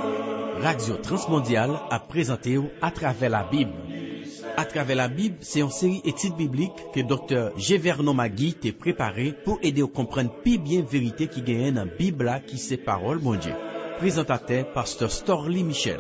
Radio Transmondiale a présenté à travers la Bible. À travers la Bible, c'est une série études bibliques que Dr. Gévernon Magui t'a préparé pour aider à comprendre plus bien la vérité qui gagne dans la Bible qui c'est parole mon Dieu. Présentateur Pasteur Storly Michel.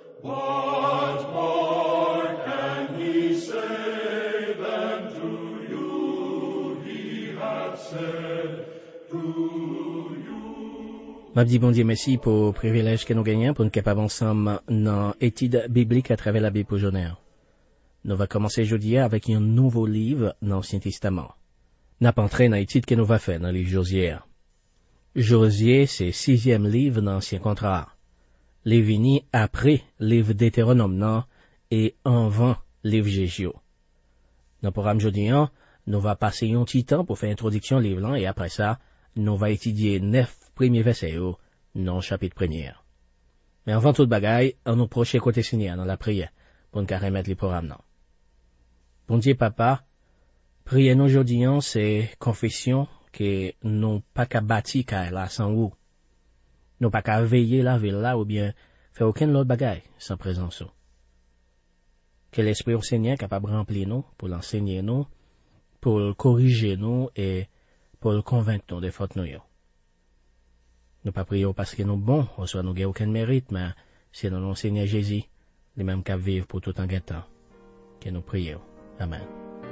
M'a dit bon Dieu merci pour le privilège que nous gagnons pour nous capables ensemble dans l'étude biblique à travers la Bible aujourd'hui. Nous allons commencer aujourd'hui avec un nouveau livre dans l'Ancien Testament. Nous allons entrer dans l'étude que nous allons faire dans le livre Josué. Josué, c'est le 6e livre dans l'Ancien Contrat. Les vini après le livre Deutéronome et avant le livre Jégio. Dans le programme aujourd'hui, nous allons passer un petit temps pour faire introduction au livre et après ça, nous allons étudier 9 premiers versets dans le chapitre 1er. Mais avant toute bagaille, on nous proche côté Seigneur dans la prière pour nous remettre les programmes. Bon Dieu papa, prier nous aujourd'hui, c'est confession que nous pas qu'à bâtir là sans vous. Nous pas qu'à veiller la ville là ou bien faire aucun autre bagaille sans présence. Que l'Esprit au Seigneur capable de remplir nous, pour l'enseigner nous, pour le corriger nous et pour le convaincre nous des fautes nous. Nous pas prions parce que nous bons, ou soit nous n'avons aucun mérite, mais c'est dans le Seigneur Jésus, les mêmes qu'à vivre pour tout un temps, que nous prions. Amen.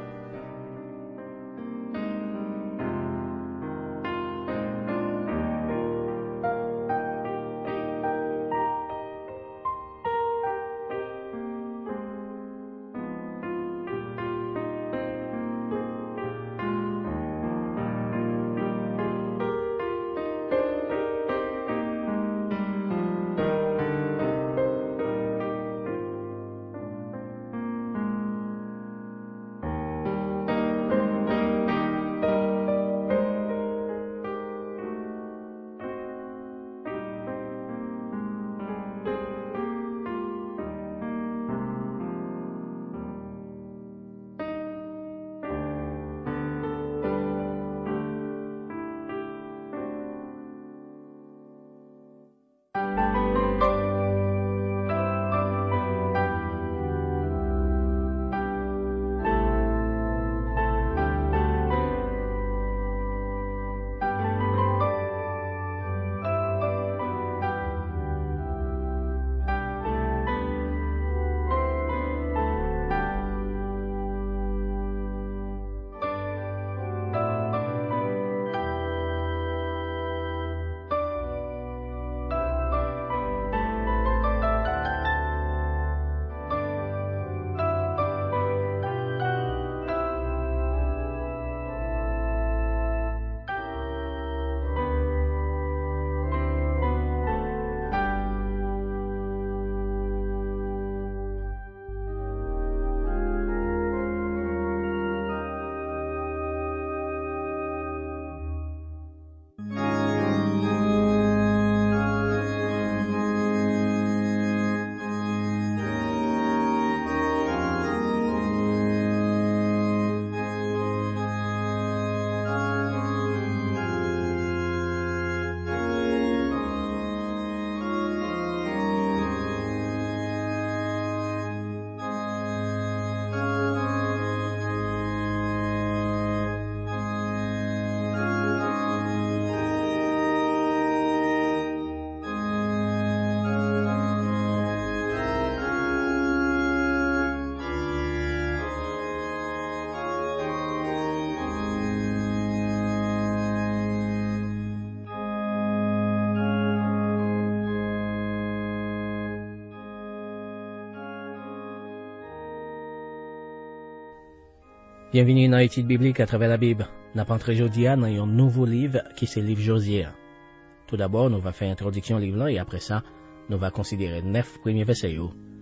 Bienvenue dans l'étude biblique à travers la Bible. Nous allons entrer aujourd'hui dans un nouveau livre qui est le livre Josué. Tout d'abord, nous allons faire introduction au livre et après ça, nous allons considérer 9 premiers versets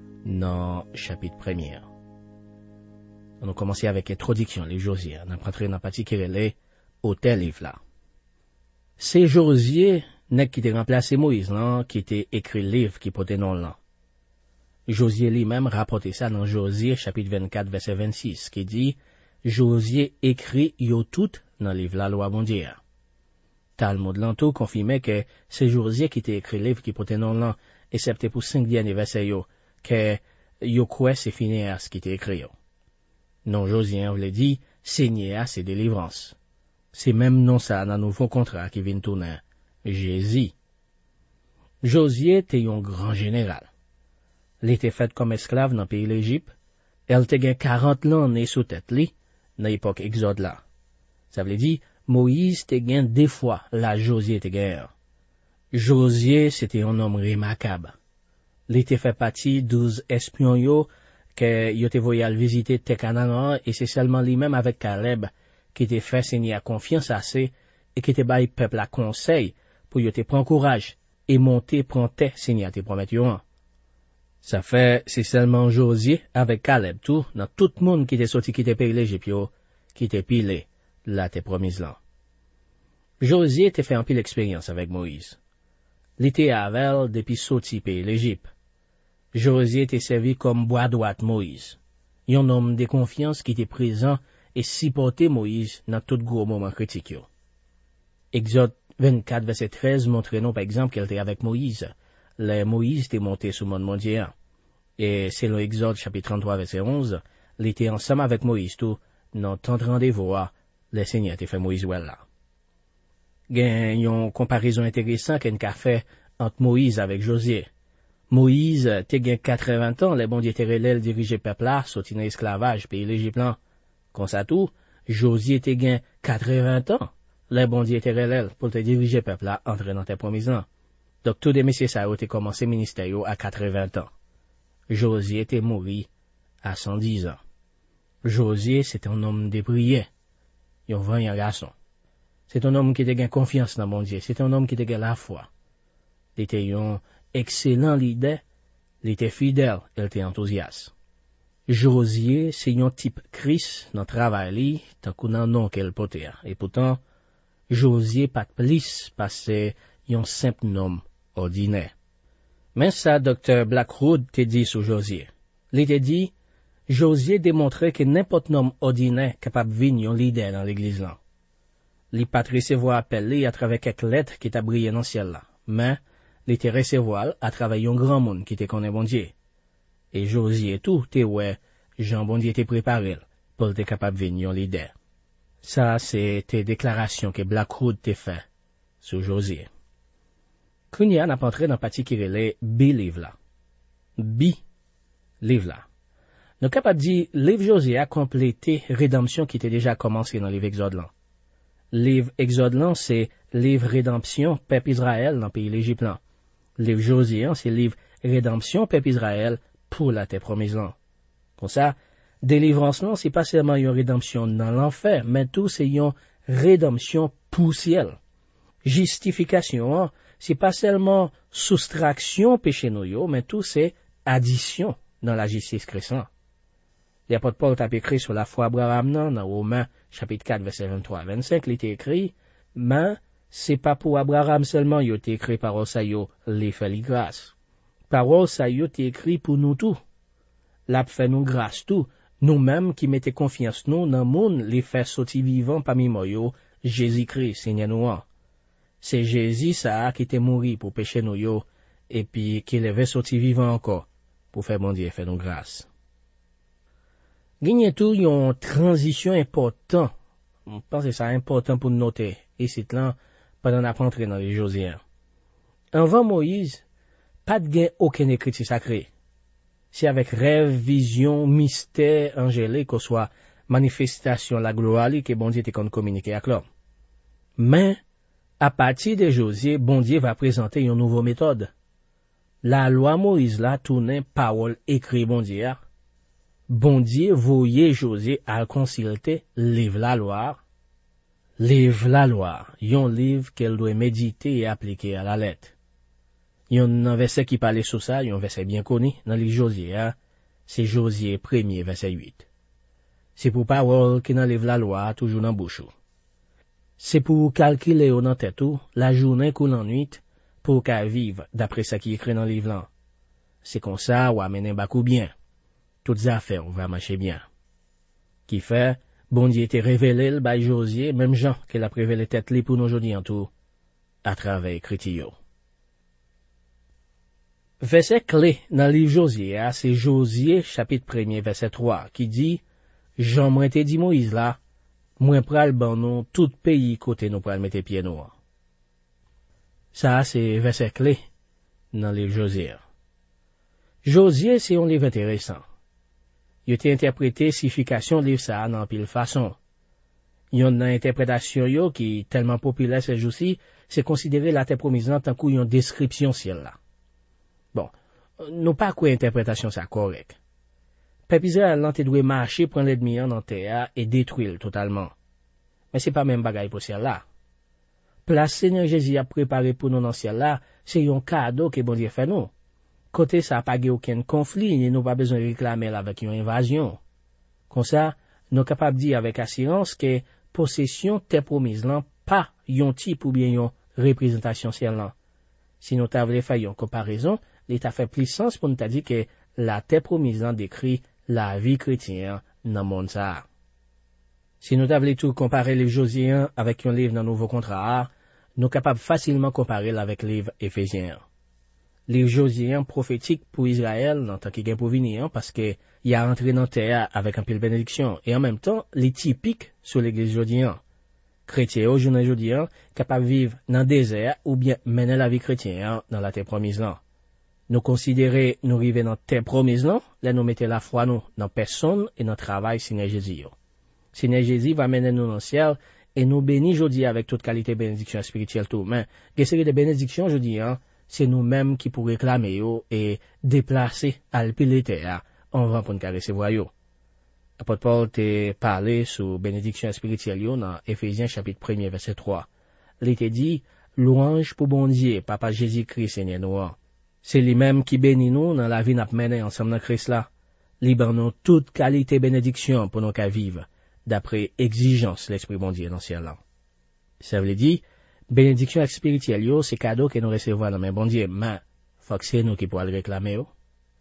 dans le chapitre 1er. On va commencer avec l'introduction, le Josué. Nous allons entrer dans la partie qui est au tel livre là. C'est Josué qui a remplacé Moïse, qui était écrit le livre qui portait nom là. Josué lui-même rapportait ça dans Josué chapitre 24 verset 26 qui dit Josué écrit yo tout dans le livre la loi bon Dieu. Talmud lantou confirmait que c'est Josué qui t'a écrit livre qui portait non là, excepté pour 5 derniers versets yo, que yo quoi c'est Phinéas qui t'a écrit yo. Non Josué voulait dire, Seigneur c'est délivrance. C'est même non ça dans nouveau contrat qui vient tourner, Jésus. Josué était un grand général. Il était fait comme esclave dans le pays l'Égypte. Elle était gain 40 ans né sous tête li, dans l'époque Exode là. Ça veut dire, Moïse te gain deux fois la Josué te gain. Josué c'était un homme remarquable. Il était fait partie 12 espions yo que yo te voyé visiter te Canaan et c'est seulement lui-même avec Caleb qui te fait Seigneur confiance assez et qui te baille peuple à conseil pour yo te prendre courage et monter prendre Seigneur te promet yo. Ça fait c'est seulement Josué avec Caleb tout dans tout le monde qui te sorti qui te pays l'Égypte qui te pilé là te promise là. Josué te fait un pile expérience avec Moïse. Il était avec depuis sorti pays l'Égypte. Josué était servi comme bois droit Moïse. Un homme de confiance qui était présent et supportait Moïse dans tout gros moment critique. Exode 24 verset 13 montre nous par exemple qu'elle était avec Moïse. Le Moïse était monté sous le monde Dieu. Et c'est le Exode chapitre 33 verset 11, il était ensemble avec Moïse tout dans tant de rendez-vous le Seigneur était fait Moïse là. Gen yon comparaison intéressante qu'en a fait entre Moïse avec Josué. Moïse te gen 80 ans, le bon Dieu te relève diriger peuple là, sorti dans l'esclavage pays l'Égypte là. Comme ça tout, Josué te gen 80 ans, le bon Dieu te relève pour te diriger peuple là, entrer dans tes promesses là. Donc tout des messieurs ça ont commencé ministère à 80 ans. Josué était mort à 110 ans. Josué c'était un homme de prière. Yon vaillant garçon. C'est un homme qui te gagne confiance dans mon Dieu. C'est un homme qui te gagne la foi. Il était un excellent leader. Il était fidèle. Il était enthousiaste. Josué, c'est un type Christ dans le travail, tant qu'on a un nom qu'elle portait. Et pourtant, Josué pas de plus parce que un simple homme ordinaire. Mais ça, Dr. Blackwood te dit sur Josué. Il te dit, Josué démontrait que n'importe homme ordinaire capable de venir un leader dans l'église là. Il pas recevoir appelé à travers quelques lettres qui t'a brillé dans le ciel là, mais il te recevoir à travers un grand monde qui te connaît bon Dieu. Et Josué tout, te ouais, Jean bon Dieu te préparé pour être capable de venir un leader. Ça, c'est tes déclarations que Blackwood te fait sur Josué. Kounia n'a pas entré dans la partie qui relève B-livre là. B-livre là. Nous capable de dire, livre Josué a complété rédemption qui était déjà commencé dans le livre Exode là. Livre Exode là, c'est livre rédemption peuple Israël dans le pays l'Égypte là. Livre Josué, c'est livre rédemption peuple Israël pour la terre promise là. Comme ça, délivrance non, c'est pas seulement une rédemption dans l'enfer, mais tout c'est une rédemption pour le ciel. Justification, c'est pas seulement soustraction péché nous, mais tout c'est addition dans la justice chrétienne. L'apôtre Paul t'a écrit sur la foi Abraham dans Romains chapitre 4 verset 23-25, il était écrit, mais c'est pas pour Abraham seulement il était écrit parole ça yo les fait les grâce. Parole ça yo était écrit pour nous tout. L'a fait nous grâce tout, nous-mêmes qui mettons confiance nous dans monde les fait sortir vivant parmi moi yo Jésus-Christ Seigneur nous. C'est Jésus ça qui était mort pour pécher nous yo et puis qui l'avait sorti vivant encore pour faire bon Dieu faire nous grâce. Gagne tout une transition importante. Je pense que c'est important pour noter. Et c'est là, pendant la rentrée dans les Josué. Avant Moïse, pas de gain aucun écriture sacrée. C'est avec rêve, vision, mystère, angélique, ou soit manifestation la gloire que bon Dieu te communiquer avec l'homme. Mais, à partir de Josué, bon Dieu va présenter une nouvelle méthode. La loi Moïse là tournait parole écrit bon Dieu. Bon Dieu voyait Josué à consulter livre la loi. Livre la loi, yon livre qu'elle doit méditer et appliquer à la lettre. Yon un verset qui parlait sur ça, yon verset bien connu dans les Josué, c'est Josué 1er verset 8. C'est pour parole qui dans livre la loi toujours dans bouche. C'est pour calculer dans tête la journée ou la nuit pour qu'elle vive d'après ce qui est écrit dans le livre là. C'est comme ça ou amener beaucoup bien. Toutes les affaires vont marcher bien. Qui fait, bon Dieu était révélé le bail Josué, même Jean qu'elle a révélé tête li pour nous aujourd'hui en tout, à travers l'écriture. Verset clé dans le livre Josué, c'est Josué chapitre 1 verset 3 qui dit « Jean moi te dit Moïse là, moi pral ban nous tout pays côté nous pral mettre pied nous. » Ça c'est verset clé dans le livre Josué. Josué c'est un livre intéressant. Il a interprété signification livre ça dans pile façon. Yon interprétation yo qui tellement populaire ces jours-ci, c'est considérer la terre promise en tant qu'une description ciel là. Bon, nous pas quoi interprétation ça correct. Peuple Israël nan te doit marcher prendre l'ennemi en terre et détruire totalement. Mais c'est pas même bagaille pour ciel là. Place Seigneur Jésus a préparé pour nous dans ciel là, c'est un cadeau que bon Dieu fait nous. Côté ça pas gagné aucun conflit et nous pas besoin de réclamer avec une invasion. Comme ça, nous capable dire avec assurance que possession terre promise là pas yon type ou bien yon représentation ciel là. Si nous t'avons fait une comparaison, l'État fait plus sens pour nous dire que la terre promise là décrit la vie chrétienne dans le monde ça. Si nous t'avons tout comparer le livre Josué avec un livre dans le Nouveau Contrat, nous capables facilement comparer avec le livre Éphésiens. Le livre Josué prophétique pour Israël dans tant qu'il pour venir parce que il a entré dans terre avec un pile bénédiction et en même temps les typiques sur l'église jodienne. Chrétien aujourd'hui jodienne capable vivre dans le désert ou bien mener la vie chrétienne dans la terre promise là. Nous considérer nous arriver dans terre promise là, là nous mettons la foi nous dans personne et dans travail Seigneur Jésus. Seigneur Jésus va mener nous dans le ciel et nous bénit aujourd'hui avec toute qualité de bénédiction spirituelle tout. Mais des séries de bénédictions aujourd'hui c'est nous-mêmes qui pour réclamer yo et déplacer à le terre en vent pour nous recevoir yo. Apôtre Paul t'a parlé sur bénédiction spirituelle yo dans Éphésiens chapitre 1 verset 3. Il t'a dit louange pour bon Dieu, Papa Jésus-Christ Seigneur nous. C'est lui-même qui bénit nous dans la vie n'a mené ensemble dans Christ là. Libre nous toute qualité bénédiction pour nous qu'à vivre d'après exigence l'esprit bon Dieu dans le ciel là. Ça veut dire bénédiction spirituelle yo c'est cadeau que nous recevons dans main bon Dieu, mais faut que c'est nous qui pourrons le réclamer yo.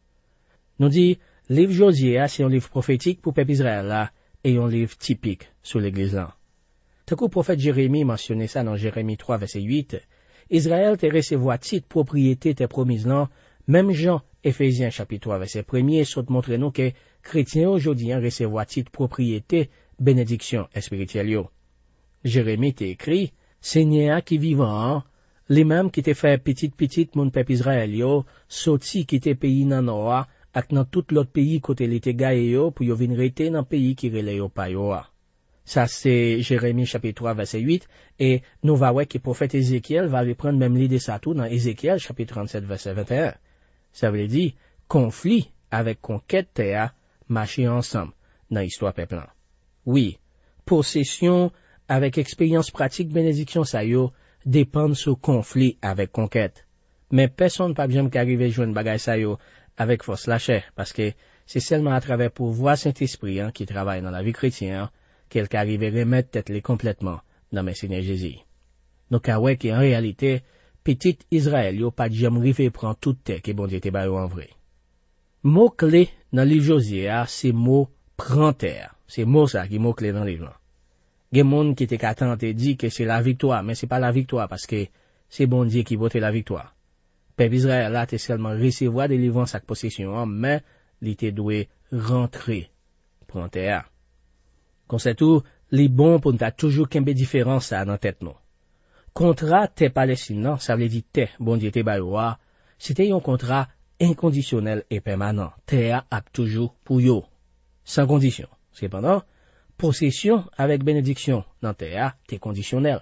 Nous dit livre Josué c'est un livre prophétique pour peuple Israël là et un livre typique sur l'église là. Tant que le prophète Jérémie mentionnait ça dans Jérémie 3 verset 8, Israël te recevoir titre propriété te promise là, même Jean Éphésiens chapitre 3 verset 1 saute montrer nous que chrétiens aujourd'hui recevoir titre propriété bénédiction spirituelle yo. Jérémie t'a écrit Seigneur qui vivant, les mêmes qui te fait petite mon peuple Israël yo, sorti qui te pays nan noa, ak nan tout l'autre pays côté l'été gaye yo, pour yo vin rete nan pays qui relè yo pa yo. Ça c'est Jérémie chapitre 3 verset 8, et nous va voir que prophète Ézéchiel va reprendre même l'idée ça tout dans Ézéchiel chapitre 37 verset 21. Ça veut dire, conflit avec conquête terre, marcher ensemble dans l'histoire peuple. Oui, possession avec expérience pratique bénédiction ça yo dépend sur conflit avec conquête. Mais personne pas bien qu'arriver joindre bagay ça yo avec force la chair parce que c'est seulement à travers pouvoir Saint-Esprit qui travaille dans la vie chrétienne qu'elle arrive à remettre tête les complètement dans mes Seigneur Jésus. Donc ouais que en réalité petit Israël yo pas jamais rivé prendre toute terre que bon Dieu te ba en vrai. Mot clé dans le livre Josué c'est mot prend terre. C'est mot ça qui mot clé dans le livre. Il y a des gens qui étaient attendus et dit que c'est la victoire, mais c'est pas la victoire parce que c'est bon Dieu qui vote la victoire. Peuple Israël là t'es seulement recevoir des livres sa possession, mais il était doué rentrer prendre terre. Comme c'est tout, les bons pour nous toujours qu'une différence ça dans tête nous. Contrat t'es palestinien, ça veut dire t'es bon Dieu t'es baïwa, c'était un contrat inconditionnel et permanent. Terre a toujours pour yo, sans condition. Cependant, possession avec bénédiction dans terre t'es conditionnel.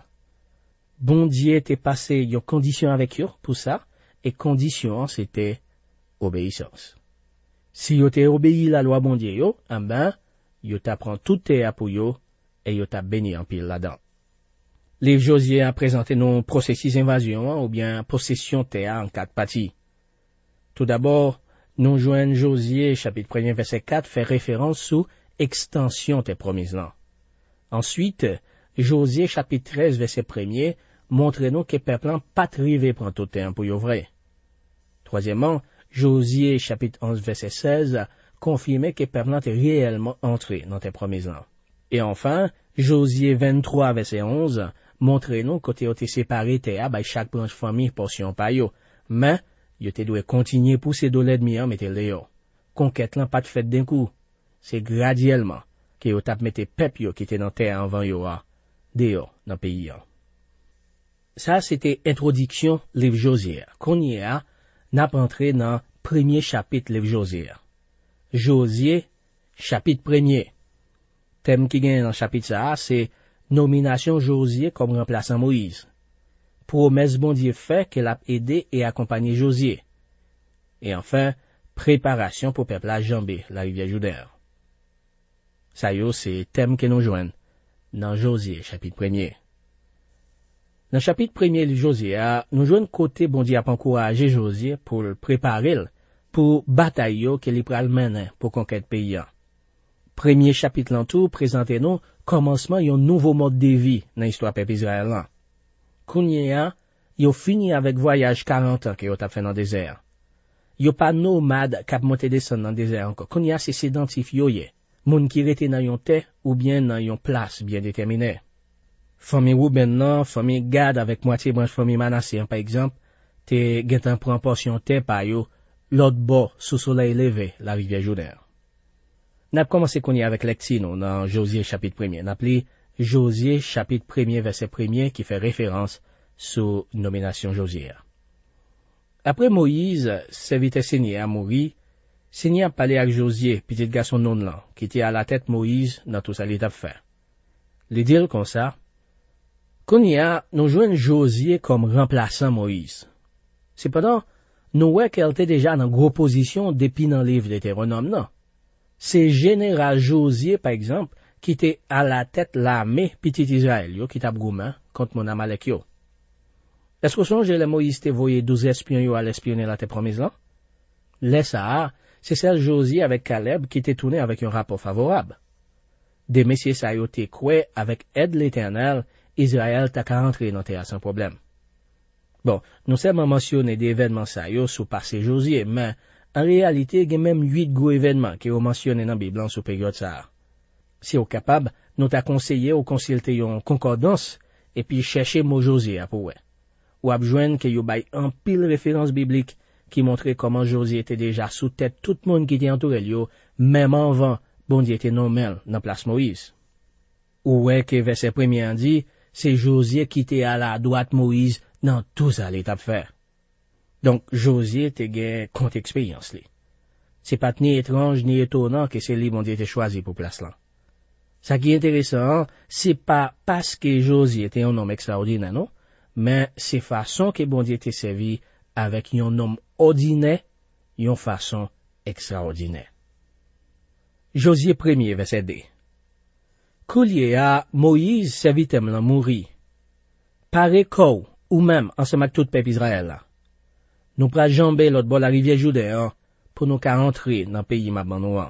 Bon Dieu t'es passé une condition avec yo pour ça, et condition c'était obéissance. Si yo t'es obéi la loi bon Dieu yo, yo t'apprend tout terre pour yo, et yo t'a béni en pile là-dedans. Livre Josué a présenté nos processus invasion ou bien possession terre en quatre parties. Tout d'abord, nous joignons Josué chapitre 1 verset 4 fait référence sous extension des promesses là. Ensuite, Josué chapitre 13 verset 1 montre nous que peuple pas trivé prend tout temps pour yo vrai. Troisièmement, Josué chapitre 11 verset 16 confirmait que peuple est réellement entré dans tes promesses là. Et enfin, Josué 23 verset 11 montre nous côté yo te séparé terre by chaque branche famille portion pa yo, mais yo te doit continuer pousser de l'ennemi en mettre le yo. Conquête là pas de fait d'un coup, c'est graduellement que yo tap mette peuple yo qui était dans terre avant yo a dehors dans pays yo. Ça c'était introduction livre Josué. Qu'on y a n'a entré dans premier chapitre livre Josué. Josué chapitre premier. Thème qui gagne dans chapitre ça c'est nomination Josué comme remplaçant Moïse. Promesse bon Dieu fait qu'elle a aidé et accompagné Josué. Et enfin, préparation pour peuple à jamber la rivière Jourdain. Ça yo c'est thème que nous joignent dans Josué chapitre 1er. Dans chapitre 1er de Josué, nous joignons côté bon Dieu a encouragé Josué pour le préparer pour bataille que li pral mener pour conquête pays. Premier chapitre l'entour présente nous commencement un nouveau mode de vie dans l'histoire peuple Israël. Kounya, yo fini avec voyage 40 ans que yo t'a fait dans le désert. Yo pas nomade k'ap monter descendre dans le désert encore. Kounya c'est sédentif yo yé. Moun qui rete dans yon terre ou bien dans yon place bien déterminée. Famille Rouben nan, famille Gad avec moitié branche famille Manassé par exemple, te gen prend portion terre pa yo, l'autre bord sous soleil levé, la rivière Jourdain. N'a commencé qu'on y avec lectino dans Josué chapitre 1er. N'a appelé Josué chapitre 1er verset 1er qui fait référence sous nomination Josué. Après Moïse, serviteur Seigneur a mouru, Seigneur a parlé avec Josué, petit garçon non là, qui était à la tête Moïse dans tout ça l'étape fait. Les dire comme ça, qu'on y a, nous joignons Josué comme remplaçant Moïse. Cependant, nous voyons qu'elle était déjà dans gros position depuis dans le livre d'Hétéronome, non? C'est général Josué, par exemple, qui était à la tête l'armée petit Israël, yo, qui t'a gourmand contre mon Amalek yo. Est-ce que songe le Moïse te voyé 12 espions yo à l'espionner la terre promise là? Laisse ça, c'est celle Josué avec Caleb qui était tourné avec un rapport favorable. Des messieurs ça yo te koué avec aide l'Éternel, Israël t'a qu'à entrer dans terre sans problème. Bon, nous seulement mentionné des événements ça yo sous passé Josué, mais en réalité, il y a même 8 gros événements qui sont mentionnés dans la Bible sous période ça. Si vous êtes capable, nous t'a conseillé ou consulter une concordance et puis chercher mot Josué pour ouais. Ou abjoindre que vous avez un pile référence biblique qui montrait comment Josué était déjà sous tête tout le monde qui était entouré lui, même avant, bon Dieu était normal dans place Moïse. Ou ouais que verset 1er dit, c'est Josué qui était à la droite Moïse dans tout ça l'étape faire. Donc, Josué te gen compte expérience li. C'est pas ni étrange ni étonnant que c'est lui bon Dieu était choisi pour place là. Ça qui est intéressant, c'est pas parce que Josué était un homme extraordinaire, non, mais c'est façon que bon Dieu était servi avec un homme ordinaire, une façon extraordinaire. Josué 1er verset 2. Koulier a Moïse servitem lan mouri. Pare kou ou même ensemble avec tout peuple Israël là. Nous pral jamber l'autre bord la rivière Jourdain pour nous qu'à entrer dans le pays Mabanouan.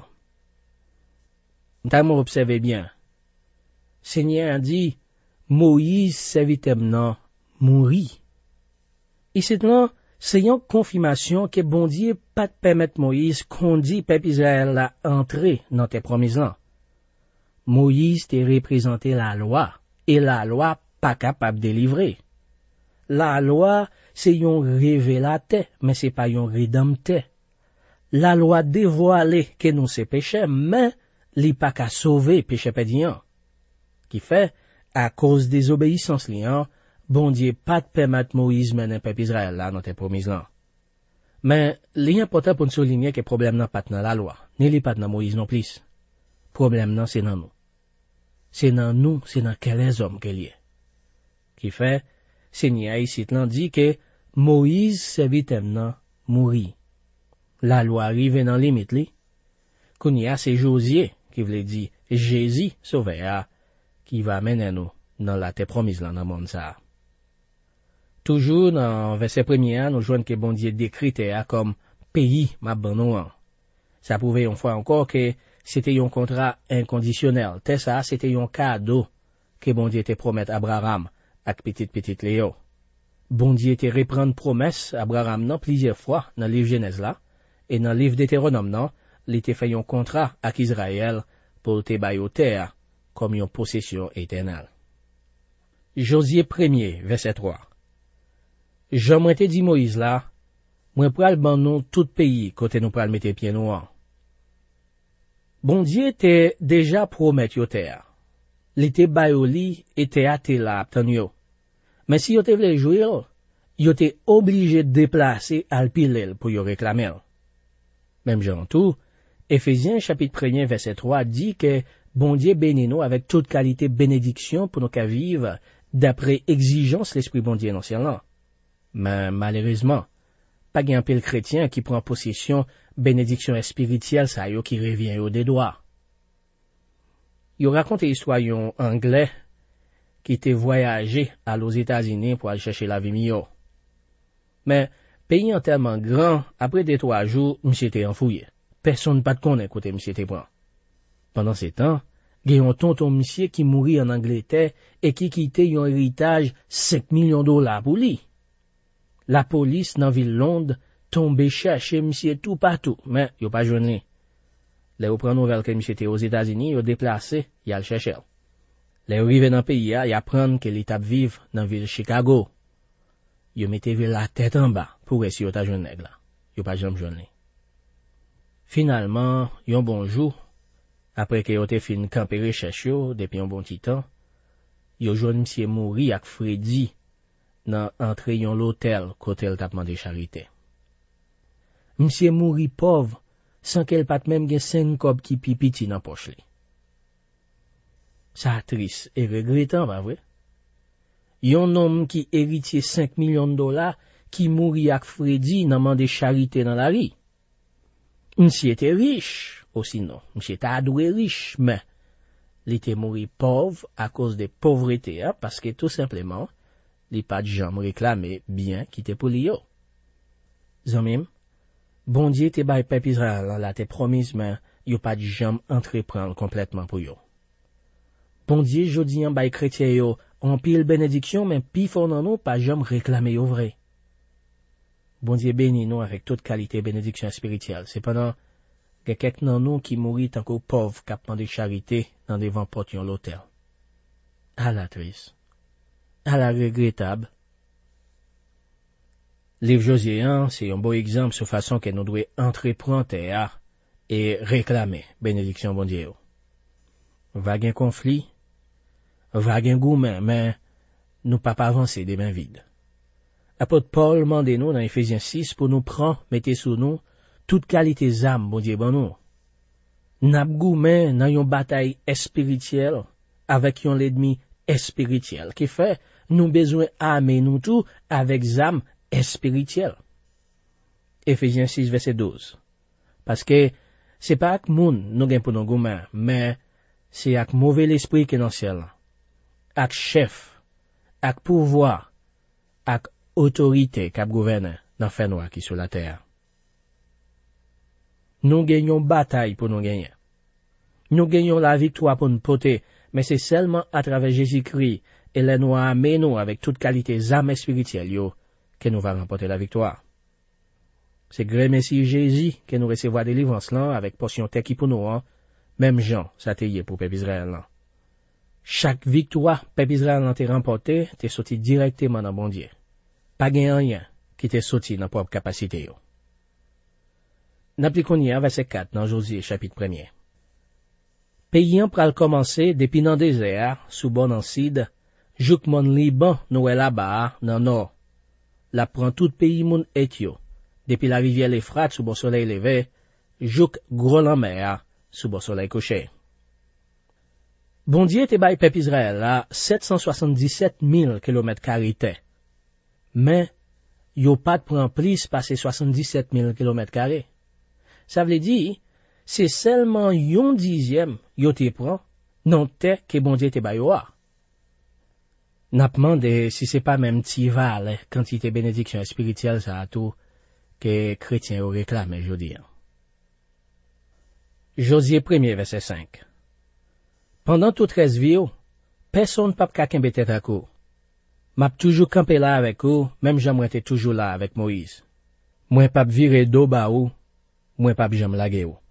Nous observé bien. Seigneur a dit, Moïse servitem nan mouri. Ici là, c'est une confirmation que bon Dieu pas de permettre Moïse conduit peuple Israël là entrer dans tes promesses là. Moïse te représenté la loi et la loi pas capable de délivrer. La loi, c'est un révélateur, mais c'est pas un rédempteur. La loi dévoile que nous c'est péché, mais li pas qu'à sauver péché pédiant. Qui fait, à cause des obéissances liant, bon Dieu pas de permettre Moïse mener peuple Israël là dans tes promesses là. Mais, l'important pour nous souligner que le problème n'est pas dans la loi, ni li pas dans Moïse non plus. Problème non c'est dans nous. C'est dans nous, c'est dans quels hommes qu'il y est. Qui fait, Seigneur ici dit que Moïse servitem nan mouri. La loi arrive dans limite li. Kounya c'est Josué qui voulait dire Jésus sauveur qui va mener nous dans la terre promise là dans monde ça. Toujours dans verset 1er, nous joignons que bon Dieu décrit comme pays Mabanouan. Ça prouvait une fois encore que c'était un contrat inconditionnel. C'est ça, c'était un cadeau que bon Dieu te promet à Abraham avec petite Léo. Bon Dieu te reprendre promesse à Abraham non plusieurs fois dans le livre Genèse là et dans le livre Deutéronome non, il te fait un contrat avec Israël pour te bailler terre comme une possession éternelle. Josué 1er, verset 3. Jean m'a dit Moïse là, moi pral ban nou tout pays côté nous pral mettre pied nous an. Bon Dieu te déjà promet yo terre. Li te bay yo li et te ate la aptan yo. Mais si yo te vle jouir, yo te obligé de déplacer al pilel pour yo réclamer. Même Jean tout, Éphésiens chapitre 1 verset 3 dit que bon Dieu bénit nous avec toute qualité bénédiction pour nous qu'à vivre d'après exigence l'esprit bon Dieu dans ciel là. Mais malheureusement, pas gen pile chrétien qui prend possession bénédiction spirituelle ça yo qui revient au des doigts. Yo raconte histoire yon anglais qui était voyagé aux États-Unis pour aller chercher la vie mieux. Mais pays en tellement grand, après 2-3 jours, monsieur était enfouillé. Personne pas de connaît côté monsieur était prend. Pendant ces temps, gen yon tonton monsieur qui mourit en Angleterre et qui quittait yon héritage $5 millions pour lui. La police dans ville Londres tombe chercher monsieur tout partout, mais yo pas joindre. Là yo prend nouvelle que monsieur était aux États-Unis, yo déplacé, y a le chercher. Là yo rive dans pays y apprendre que l'étape vive dans ville Chicago. Yo mette la tête en bas pour essayer ta joindre nèg là. Yo pas jamais joindre. Finalement, yon bon jour, après que yo te fin camper recherche yo depuis un bon petit temps, yo joine monsieur mouri ak Freddy dans entrée yon l'hôtel côté le tapement de charité. Monsieur mouri pauvre sans qu'elle pat même gen 5 cob qui pipiti dans poche li. Ça triste et regrettant, pas vrai? Yon homme qui héritier $5 millions qui mouri ak Freddy dans man de charité dans la rue. M'sieu était riche, aussi non, m'sieu était adoué riche, mais il était mouru pauvre à cause de pauvreté, hein, parce que tout simplement, il pas de jamais réclamé bien qui était pour lui. Zamim, bon Dieu te bay peuple Israël là te promise, mais yo pas de jamais entreprendre complètement pour yo. Bon Dieu jodi an bay chrétien yo en pile bénédiction, mais pi fort nan nous pas jamais réclamer yo vrai. Bon Dieu bénit nous avec toute qualité bénédiction spirituelle. Cependant, il y a quelques nan nous qui mourit encore pauvres capant de charité dans devant porte yon l'hôtel. À la triste. À la regrettable. Livre Josué 1, c'est un beau exemple sur façon que nous devons entreprendre et réclamer bénédiction bon Dieu. Vague un conflit, vague un goumen, mais nous pas avancer des mains vides. Apôtre Paul mande nous dans Éphésiens 6 pour nous prendre, mettez sous nous, toute qualité âme, bon Dieu, bon nous. N'ap goumen dans yon bataille spirituelle avec yon l'ennemi spirituel, qui fait, nous besoin armer nous tout avec âme spirituelle. Éphésiens 6 verset 12. Parce que, c'est pas ak moun nous gen pour nous goumen, mais c'est ak mauvais l'esprit qui est dans le ciel. Ak chef, ak pouvoir, ak autorité qui gouverne dans fait noir qui sur la terre. Nous gagnons bataille pour nous gagner. Nous gagnons la victoire pour nous porter, mais c'est seulement à travers Jésus-Christ et les nous amener nous avec toute qualité âme spirituelle que nous va remporter la victoire. C'est grâce Messie Jésus que nous recevons délivrance là avec portion terre qui pour nous, même Jean, ça t'est pour peuple Israël là. Chaque victoire peuple Israël n'a été remporté, t'es sorti directement dans bon Dieu. Pas gen rien qui t'est sorti dans propre capacité yo. N'appliquons verset 4 dans Josué chapitre 1er. Pays pral commencer depuis dans désert, sous bon en Sid, jouk mon Liban nou là-bas dans nord. La prend tout pays moun Etio, depuis la rivière l'Euphrate sous bon soleil levé, jouk gros la mer sous bon soleil couché. Bon Dieu te bay peuple Israël là 777 000 km². Mais, yo pas de prend plus passer 77 000 km². Ça veut dire, c'est seulement yon dixième yo te prend, non te que bon Dieu te bay yo a. N'a demandé si c'est pas même ti val quantité bénédiction spirituelle ça a tout que chrétien yo réclame jodi. Josué 1er verset 5. Pendant toute reste vie, personne pas ka kembe tête à court. M'a toujours campé là avec vous, même j'aimerais être toujours là avec Moïse. Moi pas virer dos ba ou, moi pas jamais laguer ou.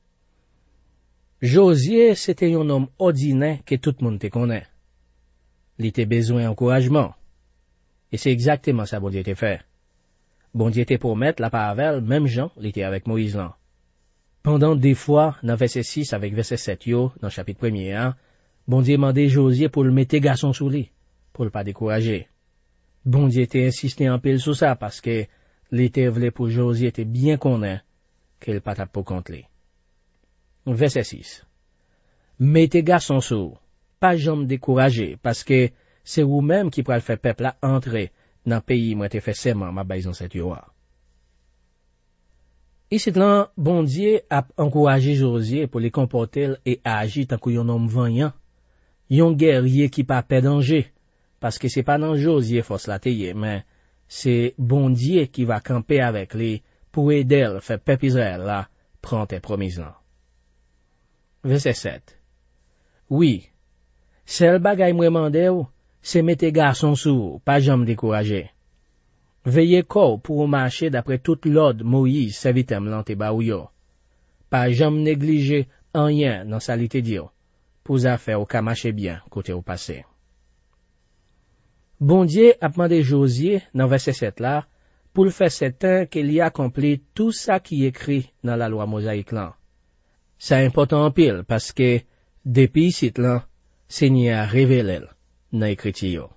Josué c'était un homme ordinaire que tout le monde te connaît. Il était besoin d'encouragement. Et c'est exactement ça bon Dieu était fait. Bon Dieu était pour mettre la paravel, même Jean, il était avec Moïse là. Pendant des fois, dans verset 6 avec verset 7 yo, dans chapitre 1er, bon Dieu demandait Josué pour le mettre garçon sous lui, pour le pas décourager. Bon Dieu était insisté en pile sur ça parce que l'été voulait pour Josué était bien connaît qu'il pas tape pour contre lui. Verset 6. Mettez garçon sous, pas jamais décourager parce que c'est vous-même qui pourrez faire peuple à entrer dans le pays où été fait serment ma baison cette yoa. Ici là, bon Dieu a encouragé Josué pour les comporter et agir tant qu'un homme vaillant, un guerrier qui pas peur danger, parce que c'est pas dans Josué force la tailler, mais c'est bon Dieu qui va camper avec lui pour aider à faire peuple Israël là, prendre tes promesses là. Verset 7. Oui, seul bagay moi mandé ou, c'est mettre garçon sous, pas jamais décourager. Veillez corps pour marcher d'après toute l'ordre Moïse servitem lante ba ou yo. Pas jamais négliger rien dans sa lité Dieu, pour affaire ou ka marcher bien côté au passé. Bon Dieu a demandé Josué dans verset 7 là, pour le faire certain qu'il y a accompli tout ça qui est écrit dans la loi mosaïque là. C'est important en pile parce que depuis ici là, Seigneur a révélé dans l'écriture.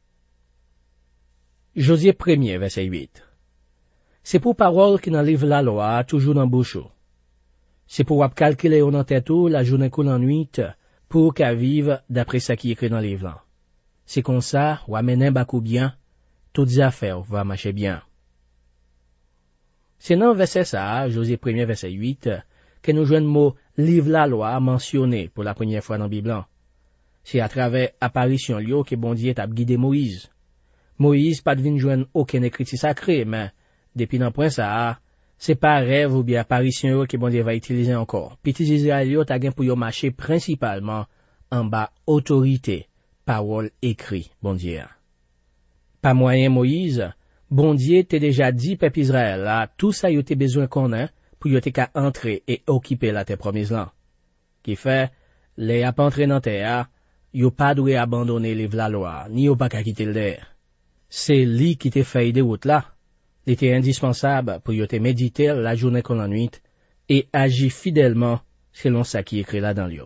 Josué 1er, verset 8. C'est pour parole qui dans livre la loi, toujours dans bouche. C'est pour calculer dans tête la journée coule en nuit, pour qu'à vive d'après ce qui est écrit dans le livre là. C'est comme ça, ou amener bakou bien, toutes les affaires vont marcher bien. C'est dans verset ça, Josué 1er, verset 8, que nous jouons le mot livre la loi mentionné pour la première fois dans la Bible. C'est à travers apparition lieu que bon Dieu a guidé Moïse. Moïse pas devine joindre aucun écriture sacré, mais depuis dans point ça, c'est pas rêve ou bien apparition que bon Dieu va utiliser encore. Petit Israël t'a gain pour yo marcher principalement en bas autorité, parole écrit, bon Dieu. Pas moyen Moïse, bon Dieu t'a déjà dit peuple Israël là, tout ça yo t'es besoin qu'on ait pour yo t'es qu'à entrer et occuper la terre promise là. Qui fait les a pas entrer dans terre, yo pas doué abandonner les la loi, ni yo pas qu'à quitter le terre. C'est lui qui te fait de route là. Il était indispensable pour y te méditer la journée qu'on la nuit et agir fidèlement selon ça qui est écrit là dans le livre.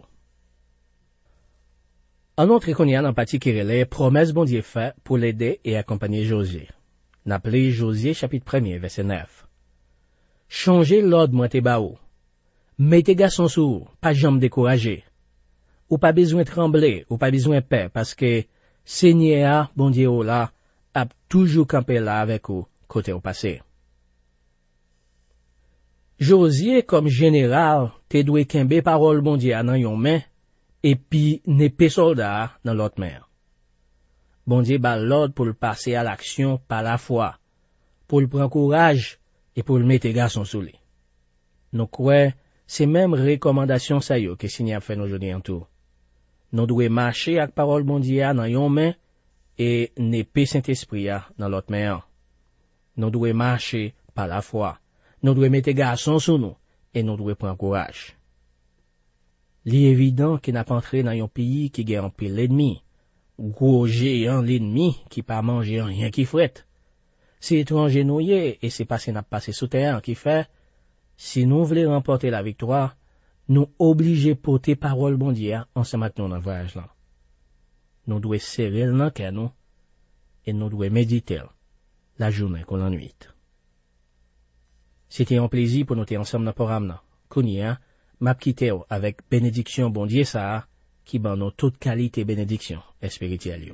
Un autre qu'on y a dans partie qui relève promesse bon Dieu fait pour l'aider et accompagner Josué. N'appelez Josué chapitre 1er verset 9. Changez l'ordre moi te baou. Mettez garçon sous, pas jamais découragé. Ou pas besoin de trembler, ou pas besoin de peur parce que Seigneur bon Dieu là a toujours campé là avec vous, côté au passé. Josué, comme général, te doué kembe parole bon Dieu dans yon main, et puis n'épée soldat dans l'autre main. Bon Dieu bat l'ordre pour le passer à l'action par la foi, pour le prendre courage, et pour le mettre garçon sous lui. Nous croyons, c'est même recommandation ça yo que Seigneur fait aujourd'hui en tout. Nous devons marcher avec parole bon Dieu dans yon main, et n'épée Saint-Esprit dans l'autre main. Nous devons marcher par la foi. Nous devons mettre garçon sur nous et nous devons prendre courage. Il est évident qu'il n'a pas entré dans un pays qui gagne un peu l'ennemi. Gros géant l'ennemi qui pas manger rien qui frette. C'est étranger nouillé et c'est passé n'a passé sous terre qui fait, si nous voulons remporter la victoire, nous obligés porter parole bon Dieu ensemble avec nous dans le voyage là. Nous devons serrer le cœur nous et nous devons méditer la journée qu'on la nuit. C'était un plaisir pour nous être ensemble dans le programme. Kounia, m'a quitté avec bénédiction bon Dieu ça, qui ban nous toute qualité bénédiction spirituelle.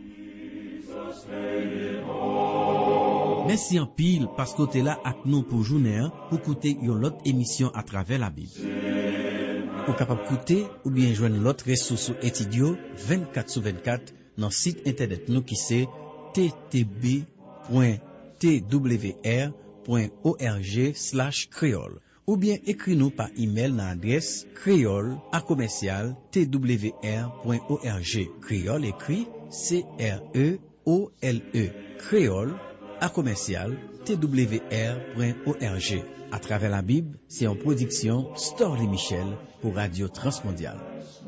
Merci en pile parce que t'es là avec nous pour journée pour écouter une autre émission à travers la Bible. Pour capable écouter ou bien joindre l'autre ressource étudio 24/24 dans le site internet nous qui c'est ttb.twr.org/creole ou bien écris-nous par email dans l'adresse creole@twr.org. Creole écrit CREOLE creole @twr.org. À travers la Bible, c'est en production Storlie Michel pour Radio Transmondiale.